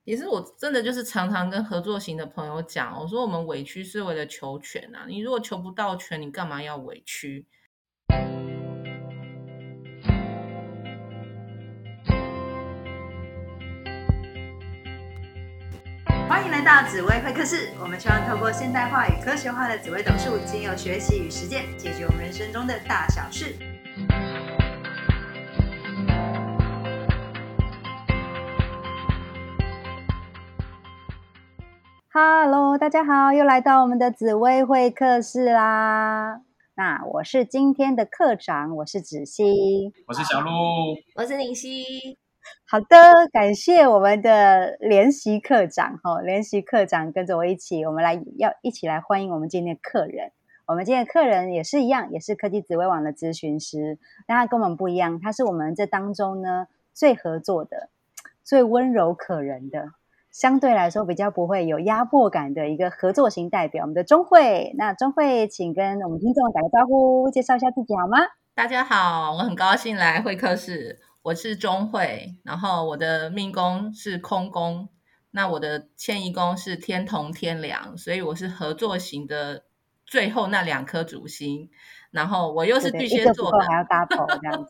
也是我真的就是常常跟合作型的朋友讲，我说我们委屈是为了求全啊，你如果求不到全，你干嘛要委屈？ 欢迎来到紫微会客室，我们希望透过现代化与科学化的紫微斗数，经由学习与实践，解决我们人生中的大小事。Hello， 大家好，又来到我们的紫微会客室啦。那我是今天的课长，我是芷熙， 我是小鹿， 我是林夕。 好的，感谢我们的联席课长联席课长跟着我一起，我们一起来欢迎我们今天的客人。我们今天的客人也是一样，也是科技紫微网的咨询师，但他跟我们不一样，他是我们这当中呢最合作的、最温柔可人的，相对来说比较不会有压迫感的一个合作型代表，我们的钟慧。那钟慧，请跟我们听众打个招呼，介绍一下自己好吗？ 大家好，我很高兴来会客室，我是钟慧，然后我的命宫是空宫，那我的迁移宫是天同天梁，所以我是合作型的最后那2颗主星，然后我又是巨蟹座的， 一个不够还要 double 这样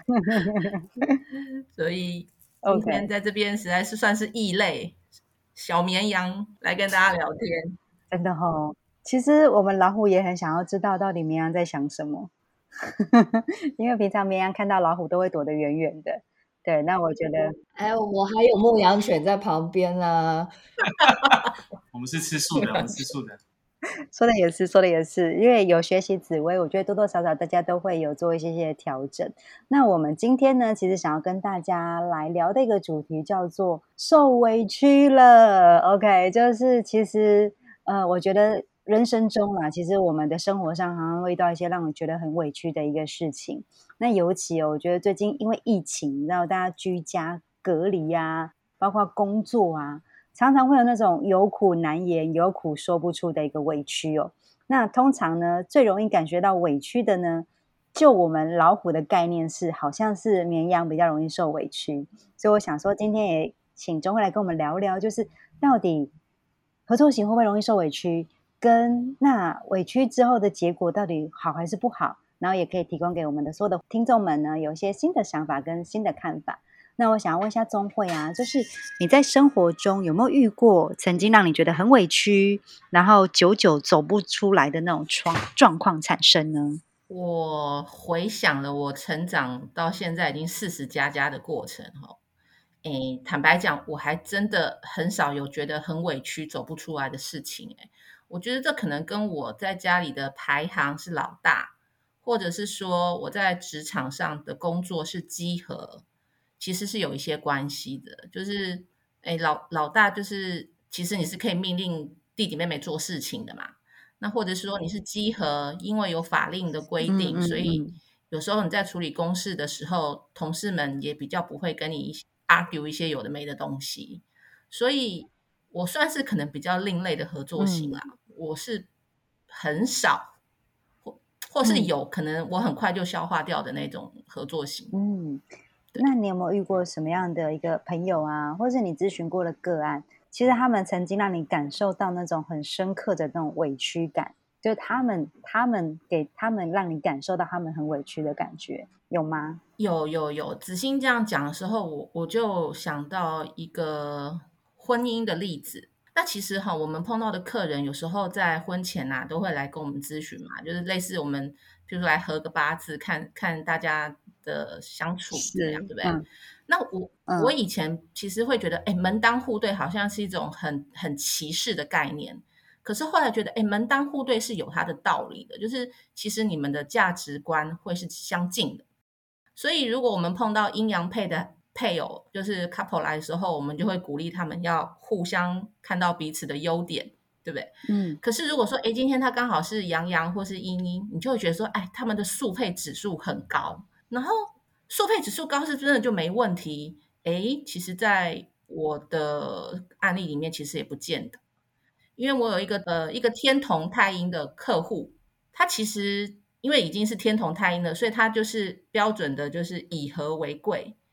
子所以今天在这边实在是算是异类小绵羊来跟大家聊天。 真的其实我们老虎也很想要知道到底绵羊在想什么因为平常绵羊看到老虎都会躲得远远的。对，那我觉得我还有牧羊犬在旁边啊我们是吃素的，我们吃素的。 说的也是，因为有学习紫微，我觉得多多少少大家都会有做一些调整。那我们今天呢，其实想要跟大家来聊的一个主题叫做受委屈了。OK， 就是其实我觉得人生中啦，其实我们的生活上常常会遇到一些让我觉得很委屈的一个事情。那尤其我觉得最近因为疫情，你知道大家居家隔离啊，包括工作啊，常常会有那种有苦难言、有苦说不出的一个委屈那通常呢，最容易感觉到委屈的呢，就我们老虎的概念是，好像是绵羊比较容易受委屈。所以我想说，今天也请钟慧来跟我们聊聊，就是到底合作型会不会容易受委屈，跟那委屈之后的结果到底好还是不好，然后也可以提供给我们的所有的听众们呢，有一些新的想法跟新的看法。那我想要问一下钟慧啊，就是你在生活中有没有遇过曾经让你觉得很委屈，然后久久走不出来的那种状况产生呢？ 我回想了我成长到现在已经40++的过程坦白讲，我还真的很少有觉得很委屈走不出来的事情我觉得这可能跟我在家里的排行是老大，或者是说我在职场上的工作是稽核，其实是有一些关系的。就是老大就是其实你是可以命令弟弟妹妹做事情的嘛，那或者是说你是稽核，因为有法令的规定，所以有时候你在处理公事的时候，同事们也比较不会跟你argue 一些有的没的东西，所以我算是可能比较另类的合作型啦。我是很少或是有可能我很快就消化掉的那种合作型。 那你有没有遇过什么样的一个朋友啊，或是你咨询过的个案，其实他们曾经让你感受到那种很深刻的那种委屈感，就他们让你感受到他们很委屈的感觉，有吗？ 有，子欣这样讲的时候，我就想到一个婚姻的例子。那其实我们碰到的客人有时候在婚前都会来跟我们咨询嘛，就是类似我们比如说来合个八字，看看大家的相处怎么样，对不对？那我以前其实会觉得门当户对好像是一种很歧视的概念，可是后来觉得门当户对是有它的道理的，就是其实你们的价值观会是相近的。所以如果我们碰到阴阳配的配偶，就是 couple 来的时候，我们就会鼓励他们要互相看到彼此的优点，对不对？可是如果说今天他刚好是阳阳或是阴阴，你就会觉得说他们的速配指数很高，然后速配指数高是真的就没问题，其实在我的案例里面其实也不见得。因为我有一个天同太阴的客户，他其实因为已经是天同太阴了，所以他就是标准的就是以和为贵，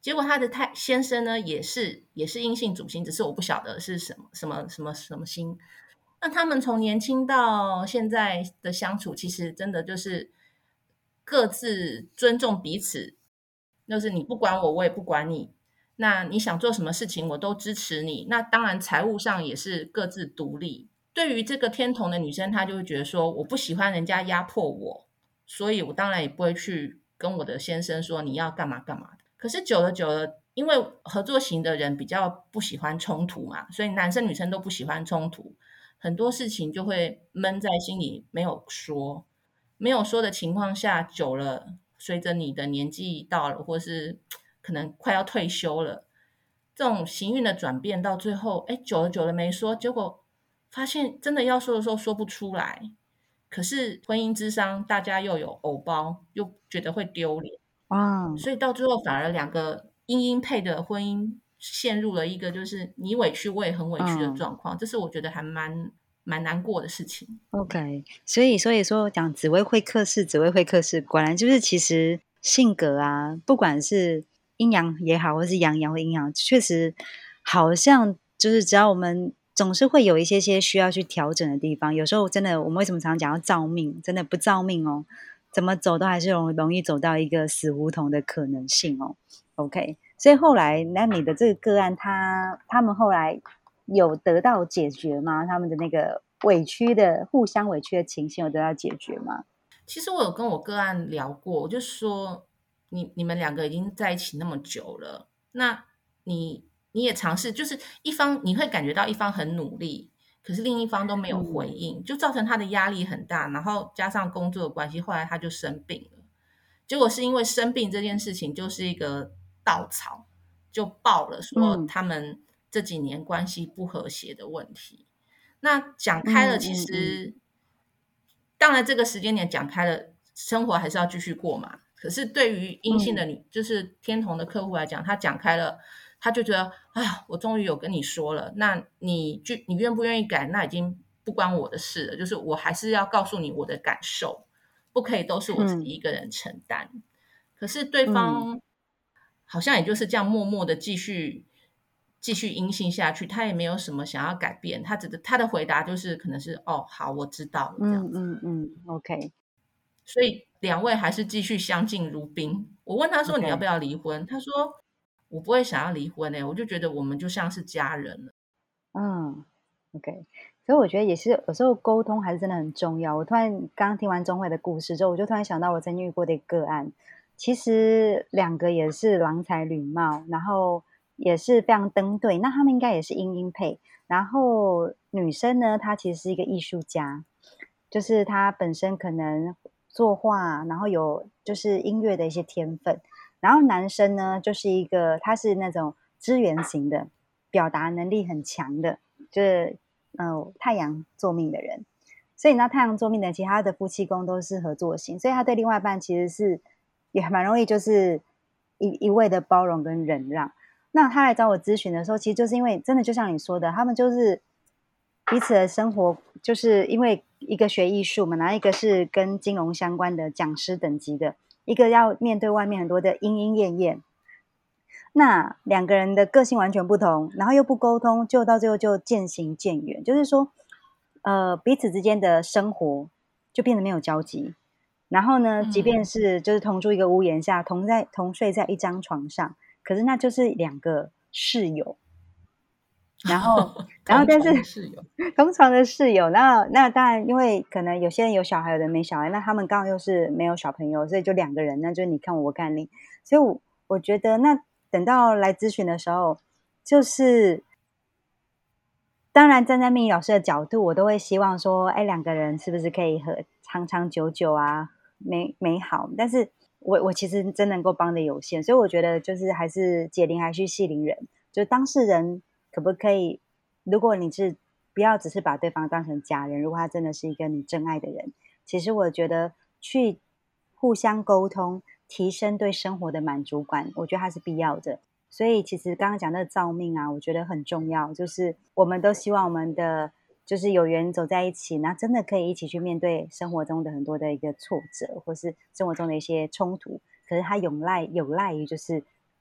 结果他的先生呢也是阴性主星，只是我不晓得是什么星。那他们从年轻到现在的相处，其实真的就是各自尊重彼此，就是你不管我，我也不管你。那你想做什么事情，我都支持你。那当然，财务上也是各自独立。对于这个天同的女生，她就会觉得说，我不喜欢人家压迫我，所以我当然也不会去跟我的先生说你要干嘛干嘛的。可是久了，因为合作型的人比较不喜欢冲突嘛，所以男生女生都不喜欢冲突，很多事情就会闷在心里，没有说。没有说的情况下，久了，随着你的年纪到了，或是可能快要退休了，这种行运的转变到最后，久了没说，结果发现真的要说的时候说不出来。可是婚姻之商，大家又有偶包，又觉得会丢脸， 哇， 所以到最后反而两个阴配的婚姻陷入了一个就是你委屈我也很委屈的状况，这是我觉得还蛮难过的事情。 OK，所以说讲紫微会客室，果然就是其实性格啊，不管是阴阳也好，或是阳或阴阳，确实好像就是只要我们总是会有一些需要去调整的地方。有时候真的，我们为什么常常讲要造命？真的不造命哦，怎么走都还是容易走到一个死胡同的可能性哦。OK，所以后来那你的这个个案，他们后来有得到解决吗？他们的那个互相委屈的情形有得到解决吗？ 其实我有跟我个案聊过，我就说你们两个已经在一起那么久了，那你也尝试，就是一方你会感觉到一方很努力，可是另一方都没有回应，就造成他的压力很大，然后加上工作的关系，后来他就生病了。结果是因为生病这件事情就是一个稻草，就爆了，说他们这几年关系不和谐的问题。那讲开了，其实当然这个时间点讲开了，生活还是要继续过嘛。可是对于阴性的就是天同的客户来讲，他讲开了，他就觉得，哎呀，我终于有跟你说了，那你愿不愿意改，那已经不关我的事了。就是我还是要告诉你我的感受，不可以都是我自己一个人承担。可是对方好像也就是这样默默的继续阴性下去，他也没有什么想要改变，他的回答就是可能是哦好，我知道了这样子。 OK， 所以两位还是继续相敬如宾。我问他说你要不要离婚，他说我不会想要离婚我就觉得我们就像是家人了。 OK， 所以我觉得也是有时候沟通还是真的很重要。我突然刚刚听完钟慧的故事之后，我就突然想到我曾经遇过的一个个案，其实两个也是郎才女貌，然后也是非常登对，那他们应该也是阴配。然后女生呢，她其实是一个艺术家，就是她本身可能作画，然后有就是音乐的一些天分。然后男生呢，就是一个他是那种支援型的，表达能力很强的，就是太阳坐命的人。所以呢，太阳坐命的其他的夫妻宫都是合作型，所以他对另外一半其实是也蛮容易就是一味的包容跟忍让。那他来找我咨询的时候，其实就是因为真的就像你说的，他们就是彼此的生活，就是因为一个学艺术嘛，然后一个是跟金融相关的讲师等级的，一个要面对外面很多的莺莺燕燕，那两个人的个性完全不同，然后又不沟通，就到最后就渐行渐远，就是说彼此之间的生活就变得没有交集。然后呢，即便是就是同住一个屋檐下，同睡在一张床上，可是那就是两个室友。然后但是同床的室友，那当然，因为可能有些人有小孩，有的没小孩，那他们刚好又是没有小朋友，所以就两个人，那就你看我看你。所以我觉得，那等到来咨询的时候，就是当然站在命理老师的角度，我都会希望说，两个人是不是可以长长久久啊，美好。但是我其实真能够帮的有限，所以我觉得就是还是解铃还须系铃人，就当事人可不可以，如果你是不要只是把对方当成家人，如果他真的是一个你真爱的人，其实我觉得去互相沟通，提升对生活的满足感，我觉得它是必要的。所以其实刚刚讲的造命啊，我觉得很重要，就是我们都希望我们的就是有缘走在一起，那真的可以一起去面对生活中的很多的一个挫折，或是生活中的一些冲突。可是它有赖于就是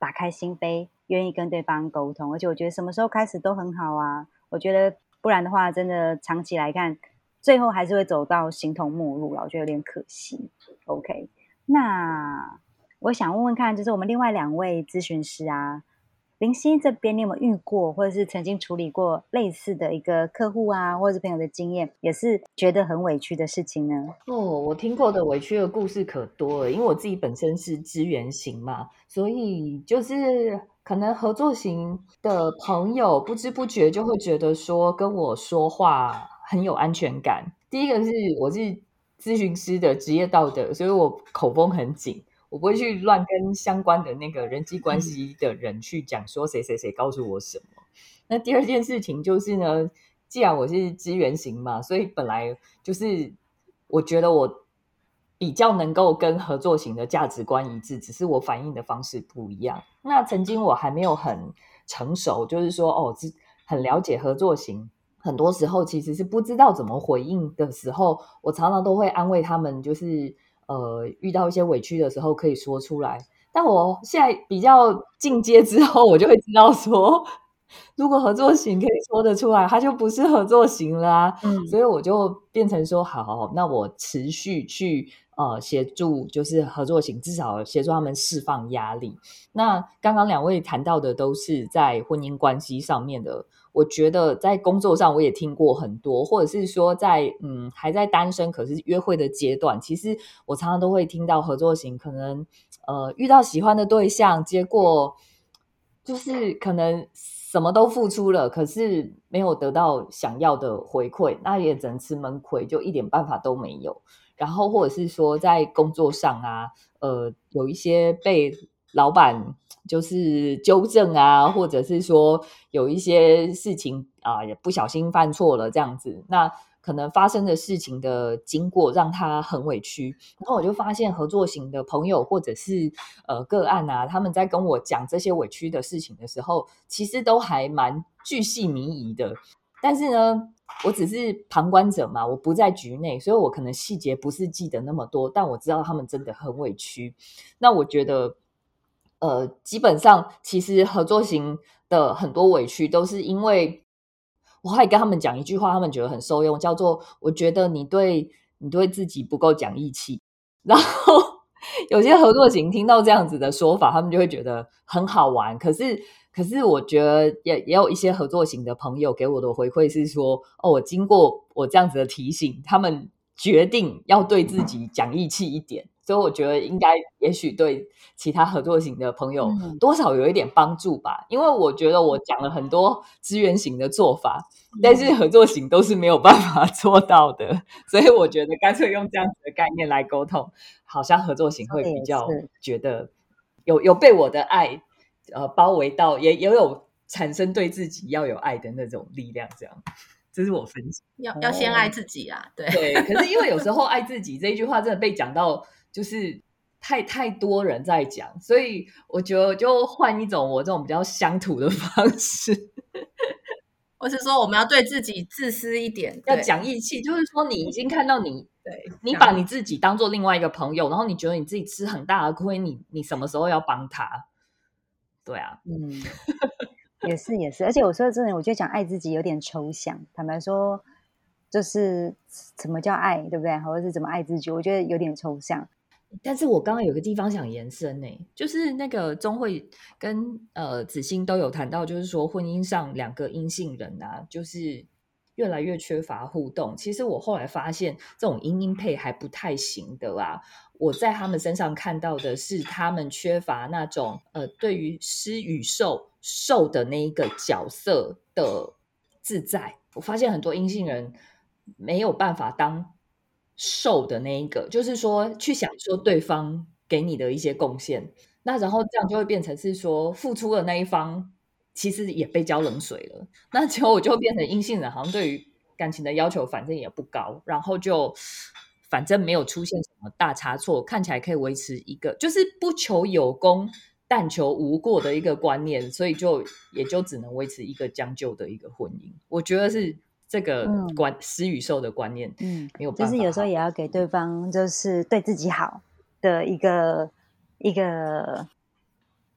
打开心扉，愿意跟对方沟通，而且我觉得什么时候开始都很好啊。我觉得不然的话，真的长期来看，最后还是会走到形同陌路了，我觉得有点可惜。OK，那我想问问看，就是我们另外2位咨询师啊，林夕这边你有没有遇过，或者是曾经处理过类似的一个客户啊，或者是朋友的经验，也是觉得很委屈的事情呢？ 我听过的委屈的故事可多了，因为我自己本身是资源型嘛，所以就是可能合作型的朋友不知不觉就会觉得说跟我说话很有安全感。第一个是我是咨询师的职业道德，所以我口风很紧，我不会去乱跟相关的那个人际关系的人去讲说谁谁谁告诉我什么。那第二件事情就是呢，既然我是资源型嘛，所以本来就是我觉得我比较能够跟合作型的价值观一致，只是我反应的方式不一样。那曾经我还没有很成熟，就是说很了解合作型，很多时候其实是不知道怎么回应的时候，我常常都会安慰他们，就是遇到一些委屈的时候可以说出来。但我现在比较进阶之后，我就会知道说，如果合作型可以说得出来，它就不是合作型啦。所以我就变成说，好，那我持续去协助，就是合作型，至少协助他们释放压力。那刚刚2位谈到的都是在婚姻关系上面的，我觉得在工作上我也听过很多，或者是说在还在单身可是约会的阶段，其实我常常都会听到合作型可能遇到喜欢的对象，结果就是可能什么都付出了，可是没有得到想要的回馈，那也只能吃闷亏，就一点办法都没有。然后或者是说在工作上啊，有一些被老板就是纠正啊，或者是说有一些事情也不小心犯错了这样子，那可能发生的事情的经过让他很委屈。然后我就发现合作型的朋友或者是个案啊，他们在跟我讲这些委屈的事情的时候，其实都还蛮巨细靡遗的。但是呢，我只是旁观者嘛，我不在局内，所以我可能细节不是记得那么多，但我知道他们真的很委屈。那我觉得基本上其实合作型的很多委屈都是因为我还跟他们讲一句话，他们觉得很受用，叫做我觉得你对自己不够讲义气。然后有些合作型听到这样子的说法，他们就会觉得很好玩。可是我觉得也有一些合作型的朋友给我的回馈是说，我经过我这样子的提醒，他们决定要对自己讲义气一点。所以我觉得应该也许对其他合作型的朋友多少有一点帮助吧。因为我觉得我讲了很多资源型的做法，但是合作型都是没有办法做到的，所以我觉得干脆用这样子的概念来沟通，好像合作型会比较觉得有被我的爱包围到，也有产生对自己要有爱的那种力量，这样。这是我分析， 要先爱自己啊，对。 可是因为有时候爱自己这一句话真的被讲到，就是太多人在讲，所以我觉得就换一种我这种比较乡土的方式。 或是说我们要对自己自私一点， 要讲义气，就是说你已经看到对， 你把你自己当做另外一个朋友，然后你觉得你自己吃很大的亏，你什么时候要帮他？对啊， 也是，而且我说真的，我觉得讲爱自己有点抽象。坦白说，就是什么叫爱，对不对？或者是怎么爱自己，我觉得有点抽象。 但是我刚刚有个地方想延伸呢，就是那个钟慧跟子欣都有谈到，就是说婚姻上2个阴性人啊，就是越来越缺乏互动。其实我后来发现，这种阴阴配还不太行的啦。我在他们身上看到的是，他们缺乏那种对于施与受的那一个角色的自在。我发现很多阴性人没有办法当受的那一个，就是说去享受对方给你的一些贡献，那然后这样就会变成是说付出的那一方其实也被浇冷水了，那结果我就变成阴性人，好像对于感情的要求反正也不高，然后就反正没有出现什么大差错，看起来可以维持一个就是不求有功但求无过的一个观念，所以也就只能维持一个将就的一个婚姻。我觉得是这个施与受的观念没有办法， 就是有时候也要给对方就是对自己好的一个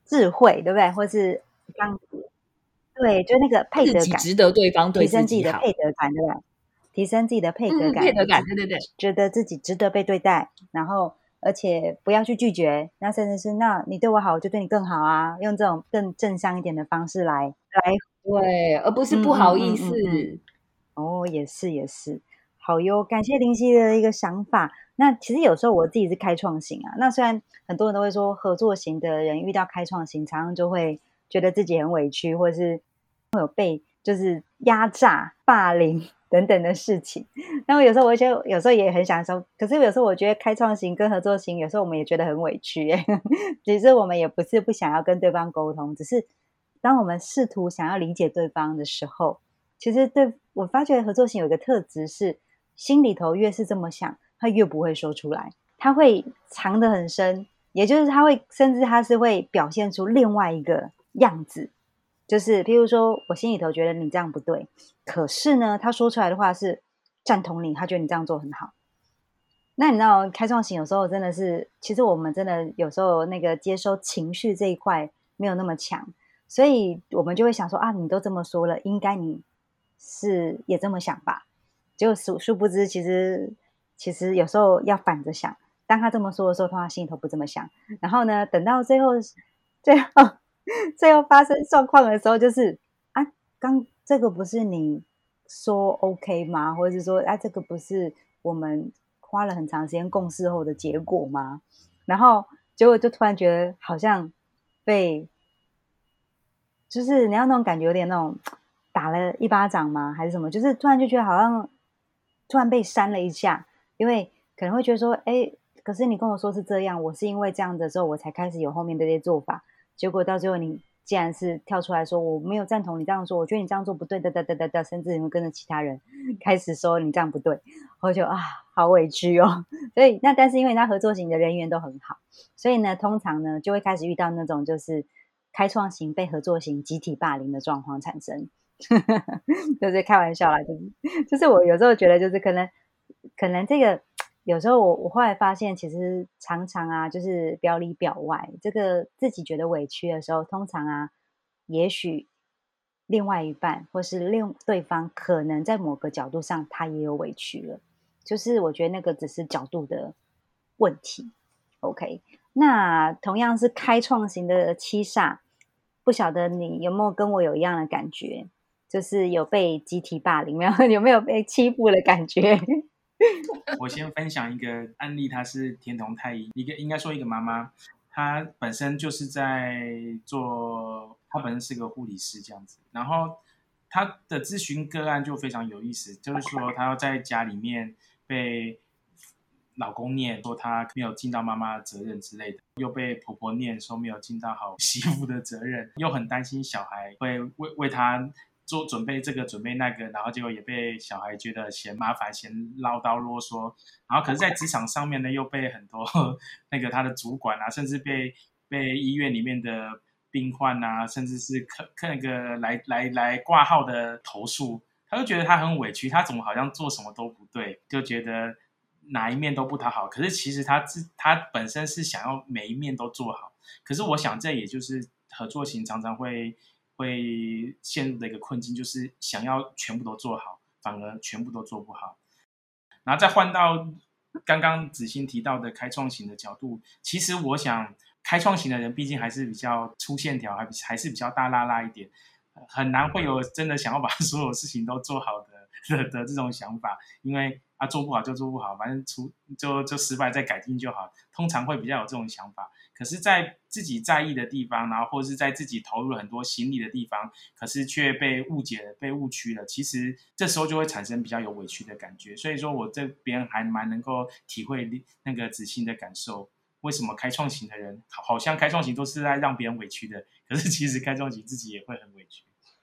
智慧，对不对？或是刚对，就那个配自己得感， 值得对方对提升自己好。 自己的配得感，对吧？提升自己的配得感， 配得感，对对对。 觉得自己值得被对待，然后而且不要去拒绝，那甚至是那你对我好，我就对你更好啊，用这种更正向一点的方式来， 对，而不是不好意思。 哦，也是也是，好哟，感谢林夕的一个想法。那其实有时候我自己是开创型啊，那虽然很多人都会说合作型的人遇到开创型，常常就会觉得自己很委屈，或者是会有被就是压榨、霸凌等等的事情。那我有时候我觉得，有时候也很想说，可是有时候我觉得开创型跟合作型，有时候我们也觉得很委屈耶。其实我们也不是不想要跟对方沟通，只是当我们试图想要理解对方的时候，其实我发觉合作型有个特质是，心里头越是这么想，他越不会说出来，他会藏得很深，也就是他会，甚至他是会表现出另外一个样子，就是譬如说我心里头觉得你这样不对，可是呢，他说出来的话是赞同你，他觉得你这样做很好。那你知道开创型有时候真的是，其实我们真的有时候那个接收情绪这一块没有那么强，所以我们就会想说啊，你都这么说了，应该你是也这么想吧？结果殊不知，其实有时候要反着想。当他这么说的时候，他心里头不这么想。然后呢，等到最后最后发生状况的时候，就是啊，刚这个不是你说 OK 吗？或者是说啊，这个不是我们花了很长时间共事后的结果吗？然后结果就突然觉得好像被，就是你要那种感觉，有点那种打了一巴掌吗？还是什么？就是突然就觉得好像突然被扇了一下，因为可能会觉得说，哎，可是你跟我说是这样，我是因为这样的时候我才开始有后面的这些做法，结果到最后你既然是跳出来说我没有赞同你这样做，我觉得你这样做不对的，甚至你会跟着其他人开始说你这样不对，我就好委屈哦。所以但是因为他合作型的人缘都很好，所以呢，通常呢就会开始遇到那种就是开创型被合作型集体霸凌的状况产生。就是开玩笑啦，就是我有时候觉得就是可能这个有时候我后来发现，其实常常啊，就是表里表外，这个自己觉得委屈的时候，通常啊，也许另外一半或是对方可能在某个角度上他也有委屈了，就是我觉得那个只是角度的问题。OK，那同样是开创型的七煞，不晓得你有没有跟我有一样的感觉？就是有被集体霸凌，有没有被欺负的感觉？ 我先分享一个案例，她是天童太医，应该说一个妈妈，她本身就是在做，她本身是个护理师这样子，然后她的咨询个案就非常有意思，就是说她要在家里面被老公念说她没有尽到妈妈的责任之类的，又被婆婆念说没有尽到好媳妇的责任，又很担心小孩会为她准备这个准备那个，然后结果也被小孩觉得嫌麻烦嫌唠叨啰嗦，然后可是在职场上面呢又被很多那个他的主管啊，甚至被医院里面的病患啊，甚至是那个来挂号的投诉，他就觉得他很委屈，他怎么好像做什么都不对，就觉得哪一面都不讨好，可是其实他本身是想要每一面都做好，可是我想这也就是合作型常常会陷入的一个困境，就是想要全部都做好，反而全部都做不好。然后再换到刚刚子欣提到的开创型的角度，其实我想开创型的人毕竟还是比较粗线条，还是比较大拉拉一点，很难会有真的想要把所有事情都做好的这种想法，因为做不好就做不好，反正就失败再改进就好，通常会比较有这种想法。可是在自己在意的地方，然后或者是在自己投入了很多心力的地方，可是却被误解了被误区了，其实这时候就会产生比较有委屈的感觉。所以说我这边还蛮能够体会那个子欣的感受，为什么开创型的人好像开创型都是在让别人委屈的，可是其实开创型自己也会很委屈。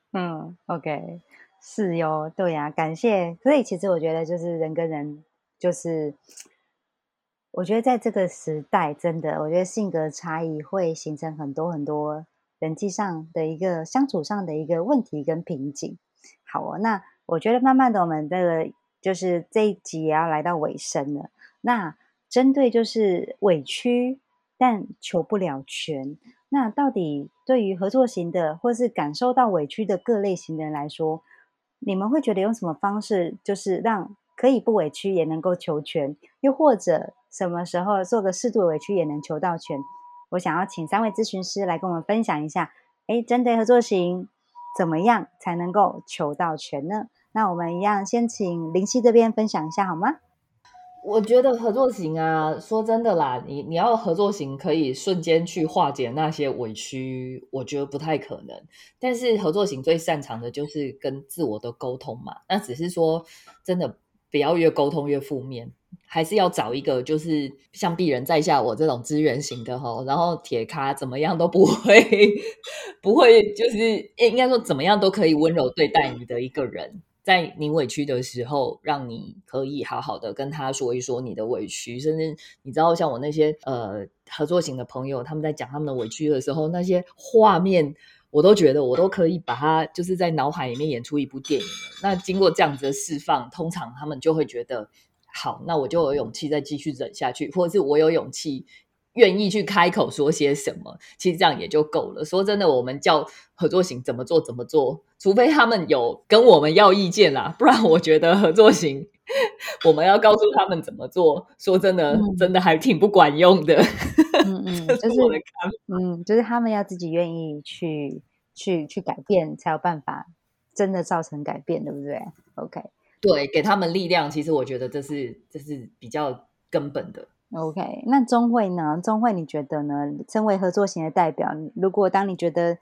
OK， 是哟，对呀，感谢。所以其实我觉得就是人跟人，就是我觉得在这个时代，真的，我觉得性格差异会形成很多很多人际上的一个相处上的一个问题跟瓶颈。好哦，那我觉得慢慢的，我们这个就是这一集也要来到尾声了。那针对就是委屈但求不了全， 那到底对于合作型的或是感受到委屈的各类型的人来说，你们会觉得用什么方式就是让可以不委屈也能够求全，又或者什么时候做个适度的委屈也能求到全？我想要请3位咨询师来跟我们分享一下，针对合作型怎么样才能够求到全呢？那我们一样先请林夕这边分享一下好吗？ 我觉得合作型啊，说真的啦，你要合作型可以瞬间去化解那些委屈，我觉得不太可能。但是合作型最擅长的就是跟自我的沟通嘛，那只是说真的不要越沟通越负面，还是要找一个就是像鄙人在下我这种资源型的然后铁咖怎么样都不会就是应该说怎么样都可以温柔对待你的一个人。在你委屈的时候，让你可以好好的跟他说一说你的委屈，甚至你知道像我那些合作型的朋友，他们在讲他们的委屈的时候，那些画面我都觉得我都可以把它就是在脑海里面演出一部电影了。那经过这样子的释放，通常他们就会觉得好，那我就有勇气再继续忍下去，或者是我有勇气愿意去开口说些什么，其实这样也就够了。说真的，我们叫合作型怎么做怎么做，除非他们有跟我们要意见啦，不然我觉得合作型我们要告诉他们怎么做，说真的，真的还挺不管用的。这是我的看法。 就是他们要自己愿意去改变，才有办法真的造成改变，对不对 ？OK， 对，给他们力量，其实我觉得这是比较根本的。 OK， 那钟慧呢？钟慧，你觉得呢？身为合作型的代表，如果你觉得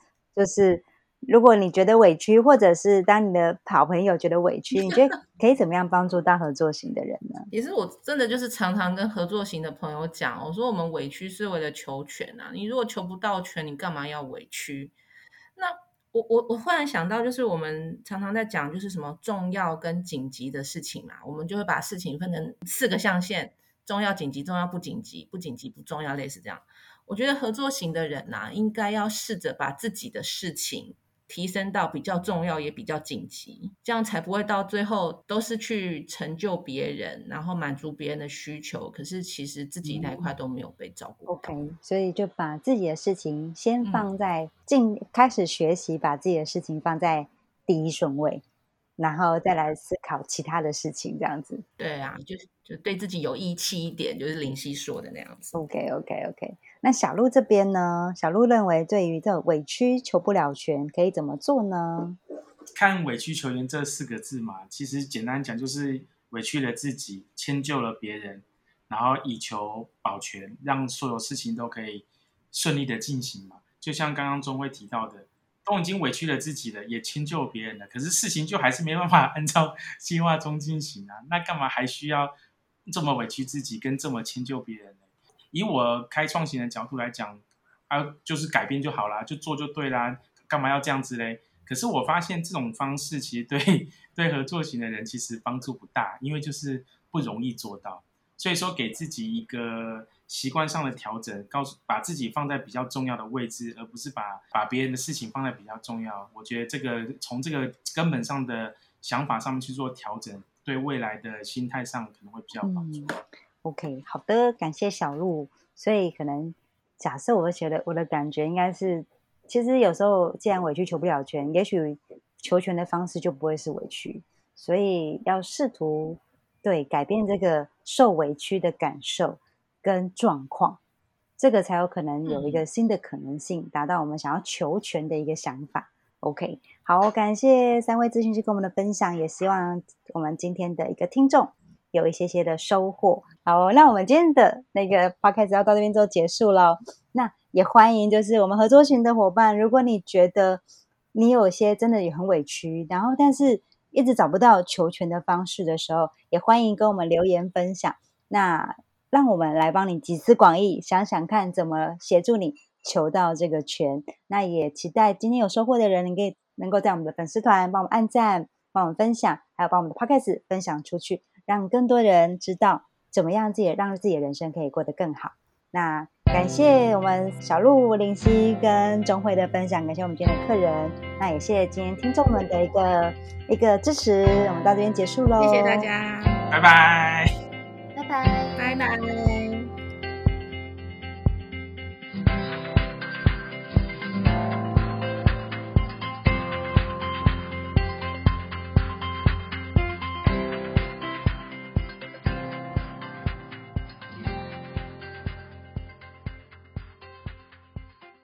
委屈，或者是当你的好朋友觉得委屈，你觉得可以怎么样帮助到合作型的人呢？ 也是我真的就是常常跟合作型的朋友讲，我说我们委屈是为了求全啊，你如果求不到全，你干嘛要委屈？那我忽然想到，就是我们常常在讲就是什么重要跟紧急的事情嘛，我们就会把事情分成4个象限，重要、紧急、重要、不紧急，不紧急、不重要，类似这样。我觉得合作型的人啊，应该要试着把自己的事情提升到比较重要也比较紧急，这样才不会到最后都是去成就别人，然后满足别人的需求，可是其实自己那一块都没有被照顾到。 OK， 所以就把自己的事情先放在开始学习，把自己的事情放在第一顺位，然后再来思考其他的事情，这样子。 对啊，就对自己有义气一点，就是林夕说的那样子。 OK， 那小鹿这边呢？小鹿认为对于这种委屈求不了全，可以怎么做呢？ 看委曲求全这4个字嘛，其实简单讲就是委屈了自己，迁就了别人，然后以求保全，让所有事情都可以顺利的进行嘛。就像刚刚钟慧提到的，都已经委屈了自己了，也迁就别人了，可是事情就还是没办法按照计划中进行啊，那干嘛还需要这么委屈自己跟这么迁就别人呢？以我开创型的角度来讲，就是改变就好啦，就做就对啦，干嘛要这样子嘞？可是我发现这种方式其实对合作型的人其实帮助不大，因为就是不容易做到。所以说给自己一个习惯上的调整，把自己放在比较重要的位置，而不是把别人的事情放在比较重要。我觉得这个从这个根本上的想法上面去做调整，对未来的心态上可能会比较有帮助。 OK， 好的，感谢小鹿。所以可能假设我觉得我的感觉应该是，其实有时候既然委屈求不了全，也许求全的方式就不会是委屈，所以要试图改变这个受委屈的感受跟状况，这个才有可能有一个新的可能性，达到我们想要求全的一个想法。OK， 好，感谢3位咨询师跟我们的分享，也希望我们今天的一个听众有一些的收获。好，那我们今天的那个 podcast 要到这边就结束了。那也欢迎就是我们合作型的伙伴，如果你觉得你有些真的也很委屈，然后但是一直找不到求全的方式的时候，也欢迎跟我们留言分享，那让我们来帮你集思广益，想想看怎么协助你求到这个全。那也期待今天有收获的人能够在我们的粉丝团帮我们按赞，帮我们分享，还有帮我们的 podcast 分享出去，让更多人知道怎么样让自己的人生可以过得更好。那感谢我们小鹿、林夕跟钟慧的分享，感谢我们今天的客人，那也谢谢今天听众们的一个支持。我们到这边结束咯， 谢谢大家， 拜拜， 拜拜， 拜拜。